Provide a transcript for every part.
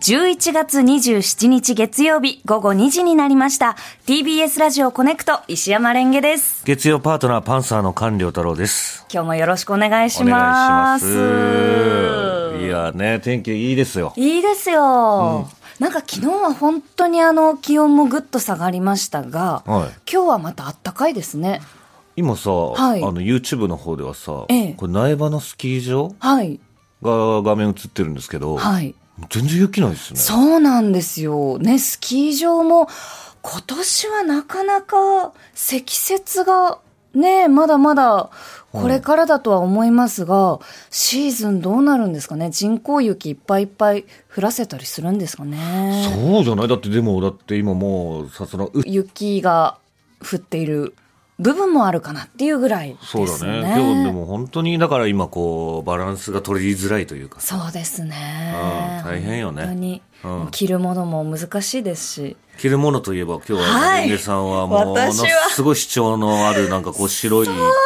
11月27日月曜日午後2時になりました。 TBS ラジオコネクト石山レンゲです。 月曜パートナーパンサーの菅良太郎です。 今日もよろしくお願いします。 いやね、天気いいですよ。 いいですよ、なんか昨日は本当に気温もぐっと下がりましたが、今日はまた暖かいですね。 今さ、YouTube の方ではさ、これ苗場のスキー場、が画面映ってるんですけど、全然雪ないですね。 そうなんですよね。スキー場も今年はなかなか積雪がね、まだまだこれからだとは思いますが、シーズンどうなるんですかね。人工雪いっぱいいっぱい降らせたりするんですかね。 そうじゃない。だって今もうさ、 雪が降っている部分もあるかなっていうぐらいですね。 そうだね。今日でも本当にだから今バランスが取りづらいというか。 そうですね、 大変よね。 本当に、着るものも難しいですし。 着るものといえば今日はレンゲさんはものすごい主張のあるなんか白い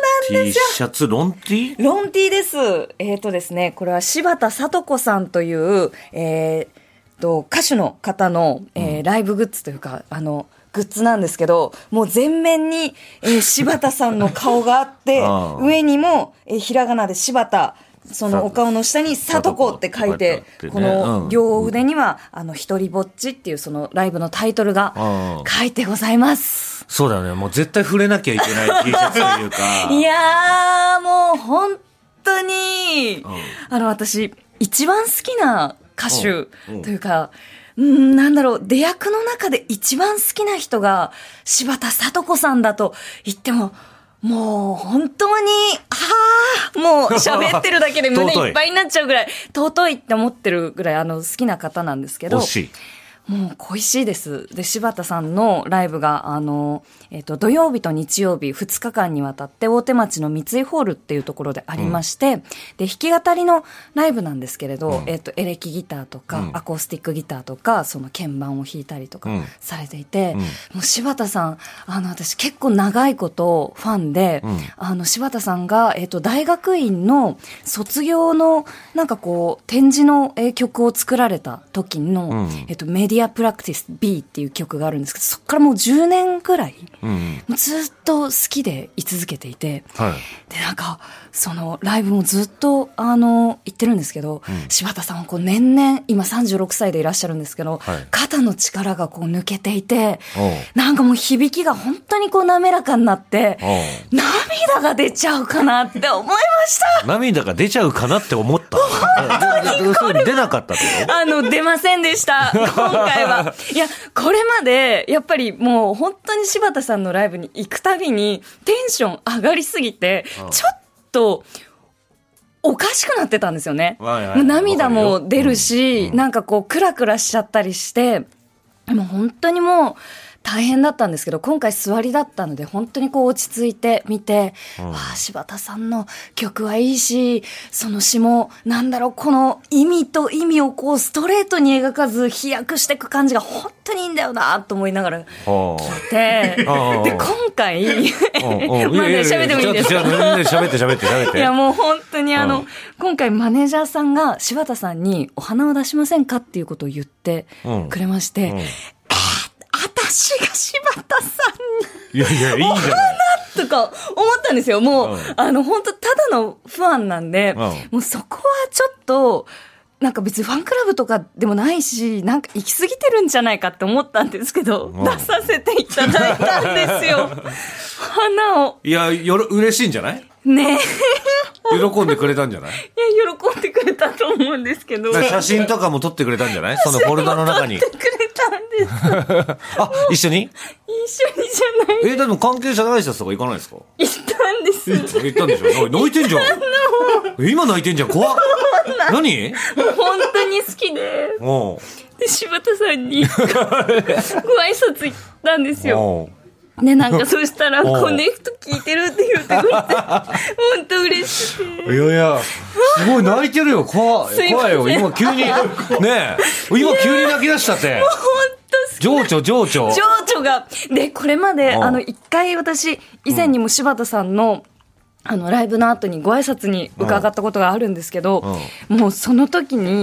T シャツ、ロン T？ ロン T です。ですね、これは柴田聡子さんという歌手の方の、ライブグッズというかグッズなんですけど、もう全面に、柴田さんの顔があって上にも、ひらがなで柴田、そのお顔の下に聡子って書いて、この両腕には一人ぼっちっていうそのライブのタイトルが書いてございます。 そうだよね。もう絶対触れなきゃいけない T シャツというかいやーもう本当に、私一番好きな歌手というか、なんだろう、出役の中で一番好きな人が柴田聡子さんだと言っても、もう本当にもう喋ってるだけで胸いっぱいになっちゃうぐらい尊いって思ってるぐらい好きな方なんですけど、もう恋しいです。で、柴田さんのライブが土曜日と日曜日2日間にわたって大手町の三井ホールっていうところでありまして、で弾き語りのライブなんですけれど、エレキギターとか、アコースティックギターとかその鍵盤を弾いたりとかされていて、もう柴田さん私結構長いことファンで、柴田さんが大学院の卒業のなんか展示の曲を作られた時の、メディアプラクティス B っていう曲があるんですけど、そこからもう10年ぐらい、もうずっと好きで居続けていて、でなんかそのライブもずっと行ってるんですけど、柴田さんは年々今36歳でいらっしゃるんですけど、肩の力が抜けていて、なんかもう響きが本当に滑らかになって、涙が出ちゃうかなって思いました。 涙が出ちゃうかなって思った。本当に出なかったってこと？ 出ませんでした今回は。いや、これまでやっぱりもう本当に柴田さんのライブに行くたびにテンション上がりすぎて、ちょっとおかしくなってたんですよね。涙も出るし、なんかクラクラしちゃったりして、もう本当にもう大変だったんですけど、今回座りだったので本当に落ち着いて見て、柴田さんの曲はいいし、その詩もなんだろう、この意味と意味をストレートに描かず飛躍していく感じが本当にいいんだよなと思いながら聞いて、で今回まだ喋ってもいいですか？ 喋って。 いやもう本当に今回マネージャーさんが柴田さんにお花を出しませんかっていうことを言ってくれまして、私が柴田さんにいいじゃないとか思ったんですよ。もう、本当ただのファンなんで、もうそこはちょっとなんか別にファンクラブとかでもないし、なんか行き過ぎてるんじゃないかって思ったんですけど、出させていただいたんですよ花を。 いや、嬉しいんじゃないね。 喜んでくれたんじゃない？いや、 喜んでくれたと思うんですけど。 写真とかも撮ってくれたんじゃない？そのフォルダの中に。 撮ってくれたんですあ、一緒にじゃない。 でも関係者の挨拶とか行かないですか？ 行ったんです。 行ったんでしょ？泣いてんじゃん。今泣いてんじゃん。怖っ。何？ 本当に好きで。で、柴田さんにご挨拶行ったんですよ。ね、なんかそしたらコネクト聞いてるって言ってくれて本当嬉しくて。 いやすごい泣いてるよ。怖いよ。今急にね今急に泣き出したって。もう本当情緒がで、これまで一回私以前にも柴田さんのライブの後にご挨拶に伺ったことがあるんですけど、もうその時に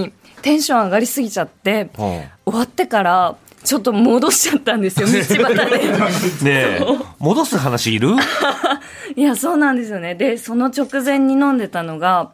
テンション上がりすぎちゃって、終わってからちょっと戻しちゃったんですよ、道端で。 ねえ、戻す話いる？ いや、そうなんですよね。で、その直前に飲んでたのが、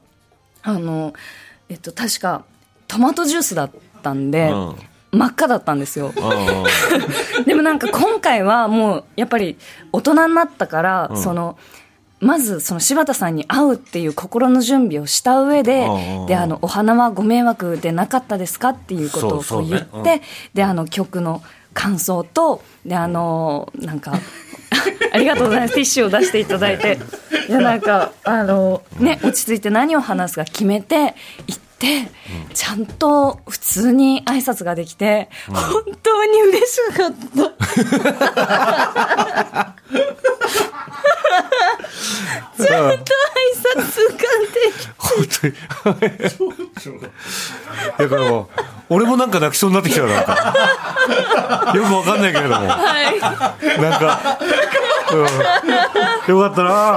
確かトマトジュースだったんで、真っ赤だったんですよ。でもなんか今回はもうやっぱり大人になったから、まずその柴田さんに会うっていう心の準備をした上で、でお花はご迷惑でなかったですかっていうことをこう言って、で曲の感想と、でなんかありがとうございます、ティッシュを出していただいて、いやなんかね、落ち着いて何を話すか決めて行って、ちゃんと普通に挨拶ができて、本当に嬉しかった。ちゃんと挨拶ができて、 本当にだからもう俺もなんか泣きそうになってきたよ、なんかよくわかんないけれども、はい、なんか、よかったな。よかったん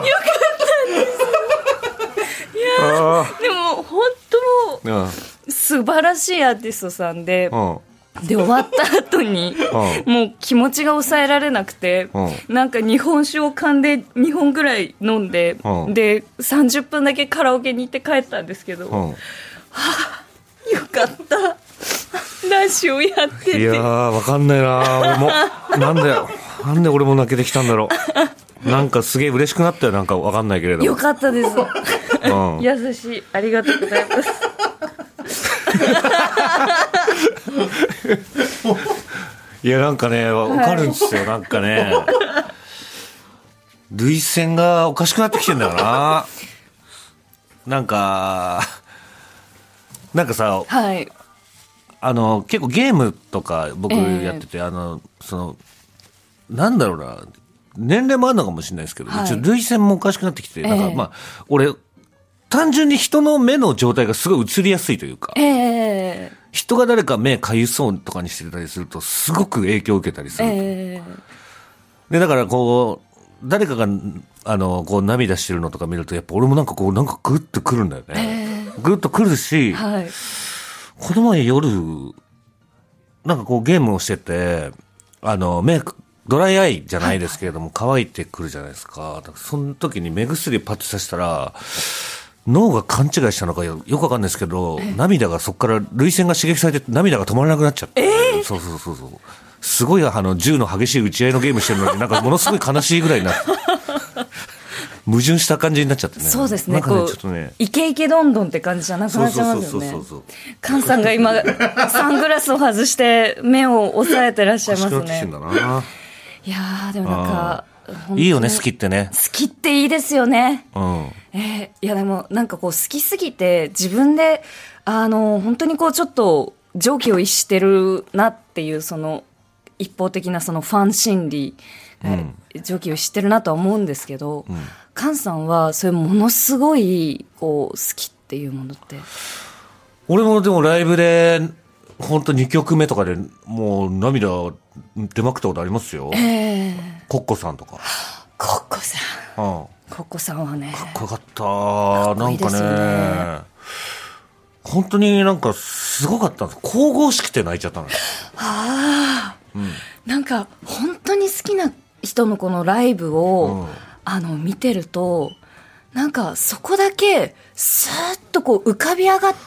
です。いやでも本当素晴らしいアーティストさんで、で終わった後にもう気持ちが抑えられなくて、なんか日本酒を噛んで2本ぐらい飲んで、で30分だけカラオケに行って帰ったんですけど、はあ、よかったラジオやってて。 いやー、わかんないな、俺もなんで俺も泣けてきたんだろう。なんかすげえ嬉しくなったよ、なんかわかんないけれども。 よかったです、優しい、ありがとうございます。 いや、なんかね、わかるんですよ、なんかね、涙腺がおかしくなってきてんだよな。なんかさ、はい、結構ゲームとか僕やってて、なんだろうな、年齢もあるのかもしれないですけど、ちょっと涙腺もおかしくなってきて、なんかまあ、俺、単純に人の目の状態がすごい映りやすいというか、人が誰か目かゆそうとかにしてたりするとすごく影響を受けたりする、でだからこう誰かがこう涙してるのとか見ると、やっぱ俺もなんかこうなんかグッとくるんだよね、グッとくるし、はい、この前夜なんかこうゲームをしてて、目ドライアイじゃないですけれども、乾いてくるじゃないですか。だからその時に目薬パッとさせたら、脳が勘違いしたのかよくわかんないですけど、涙がそこから涙腺が刺激されて涙が止まらなくなっちゃって、そうすごい銃の激しい打ち合いのゲームしてるのに、なんかものすごい悲しいぐらいになって矛盾した感じになっちゃってね。 そうですね、こうちょっとね、イケイケどんどんって感じじゃなくなっちゃいますよね。菅さんが今サングラスを外して目を押さえてらっしゃいますね。いやー、でもなんかいいよね、好きってね。 好きっていいですよね。いやでもなんかこう好きすぎて自分で本当にこうちょっと常軌を逸してるなっていう、その一方的なそのファン心理、常軌を逸してるなとは思うんですけど、菅さんはそういうものすごいこう好きっていうものって。 俺もでもライブで本当2曲目とかでもう涙出まくったことありますよ。コッコさんとか。 コッコさん。コッコさんはね。 かっこよかった。なんかね、本当になんかすごかったんです。神々しくて泣いちゃったのよ。 なんか本当に好きな人のこのライブを、見てると、なんかそこだけスーッとこう浮かび上がって、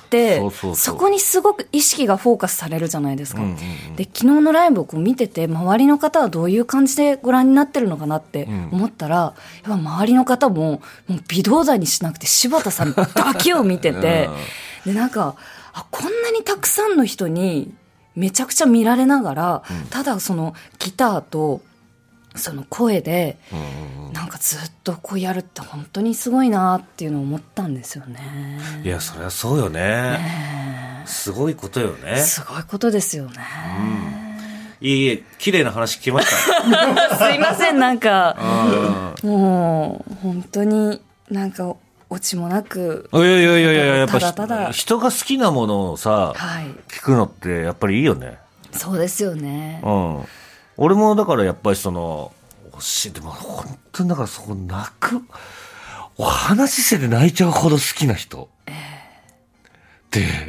そこにすごく意識がフォーカスされるじゃないですか。で、昨日のライブをこう見てて、周りの方はどういう感じでご覧になってるのかなって思ったら、やっぱ周りの方も微動だにしなくて柴田さんだけを見てて、でなんかこんなにたくさんの人にめちゃくちゃ見られながら、ただそのギターとその声でなんかずっとこうやるって本当にすごいなっていうのを思ったんですよね。 いや、そりゃそうよね。すごいことよね。 すごいことですよね。 いい綺麗な話聞きました。 すいません、なんかもう本当になんかオチもなく、 いややっぱただ人が好きなものをさ、聞くのってやっぱりいいよね。 そうですよね。 俺もだからやっぱりでも本当にだから泣く、お話ししてて泣いちゃうほど好きな人って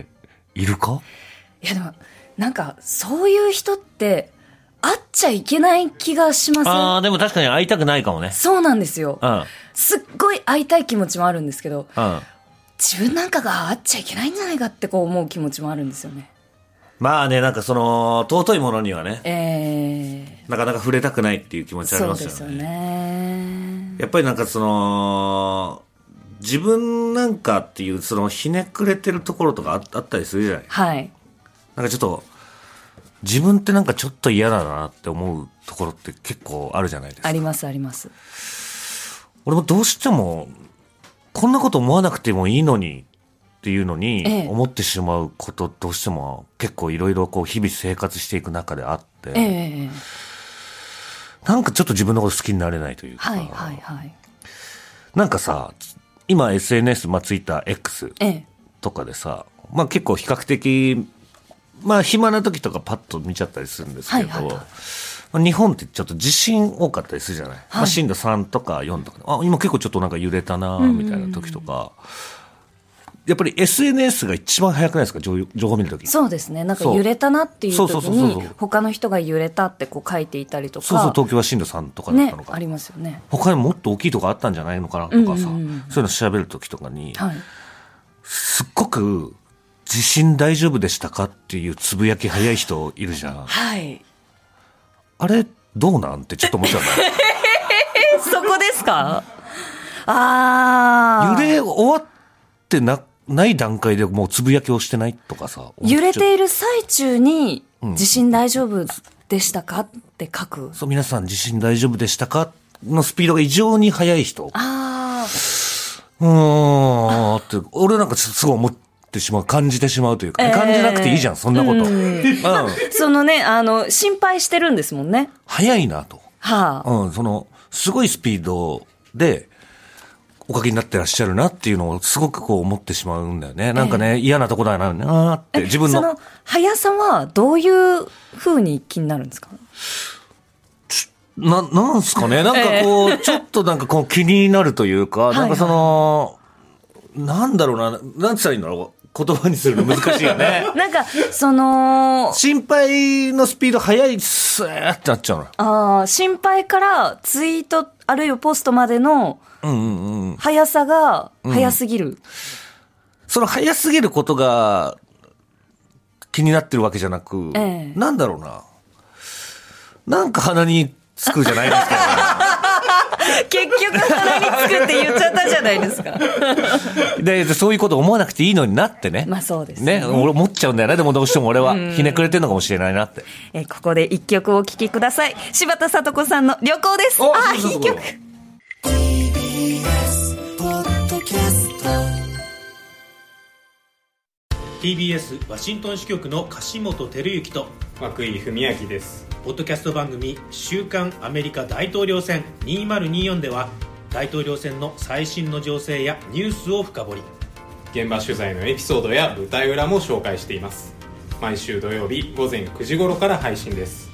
いるか？ いやでもなんかそういう人って会っちゃいけない気がしません？ ああ、でも確かに会いたくないかもね。 そうなんですよ。 うん。 すっごい会いたい気持ちもあるんですけど、 うん。 自分なんかが会っちゃいけないんじゃないかってこう思う気持ちもあるんですよね。 まあね、なんかその尊いものにはね、なかなか触れたくないっていう気持ちありますよね。 そうですよね。 やっぱりなんかその自分なんかっていうそのひねくれてるところとかあったりするじゃない。 はい。 なんかちょっと自分ってなんかちょっと嫌だなって思うところって結構あるじゃないですか。 ありますあります。 俺もどうしてもこんなこと思わなくてもいいのにっていうのに思ってしまうことどうしても結構いろいろこう日々生活していく中であって、なんかちょっと自分のこと好きになれないというか、はいはいはい、なんかさ今 SNS、まあ、Twitter、X とかでさ、まあ結構比較的まあ暇な時とかパッと見ちゃったりするんですけど、はいはいはい、まあ、日本ってちょっと地震多かったりするじゃない、はい、まあ、震度3とか4とか、あ、今結構ちょっとなんか揺れたなみたいな時とか、やっぱり SNS が一番早くないですか、情報見る時。そうですね、なんか揺れたなっていう時に他の人が揺れたってこう書いていたりとか、そうそう、東京は震度3とかだったのか、ね、ありますよね。他にもっと大きいとこあったんじゃないのかなとかさ、そういうの調べる時とかに、はい、すっごく地震大丈夫でしたかっていうつぶやき早い人いるじゃん。はい。あれどうなんってちょっと思っちゃうの。そこですか？ああ。揺れ終わってない段階でもうつぶやきをしてないとかさ。揺れている最中に地震大丈夫でしたかって書く。そう、皆さん地震大丈夫でしたかのスピードが異常に速い人。ああ。って、俺なんかすごい思ってしまう、感じてしまうというか、感じなくていいじゃん、そんなこと。まあ、そのね、心配してるんですもんね。早いなと。はあ。その、すごいスピードで、おかげになってらっしゃるなっていうのをすごくこう思ってしまうんだよね。なんかね、嫌なとこだなって自分の。その速さはどういう風に気になるんですか？なんすかね、なんかこう、ちょっとなんかこう気になるというか、なんかその、なんだろうな、なんて言ったらいいんだろう、言葉にするの難しいよね。なんか、その、心配のスピード速い、スーってなっちゃうの。心配からツイート、あるいはポストまでの、速さが速すぎる。その速すぎることが気になってるわけじゃなく、なんだろうな。なんか鼻につくじゃないですか。結局鼻につくって言っちゃったじゃないですか。でそういうこと思わなくていいのになってね。まあそうですね。俺思っちゃうんだよね。でもどうしても俺はひねくれてるのかもしれないなって。ここで一曲お聴きください。柴田聡子さんの旅行です。あ、いい曲。 TBS ワシントン支局の樫本照之と涌井文明です。 ポッドキャスト番組週刊アメリカ大統領選2024では大統領選の最新の情勢やニュースを深掘り、 現場取材のエピソードや舞台裏も紹介しています。毎週土曜日午前9時頃から配信です。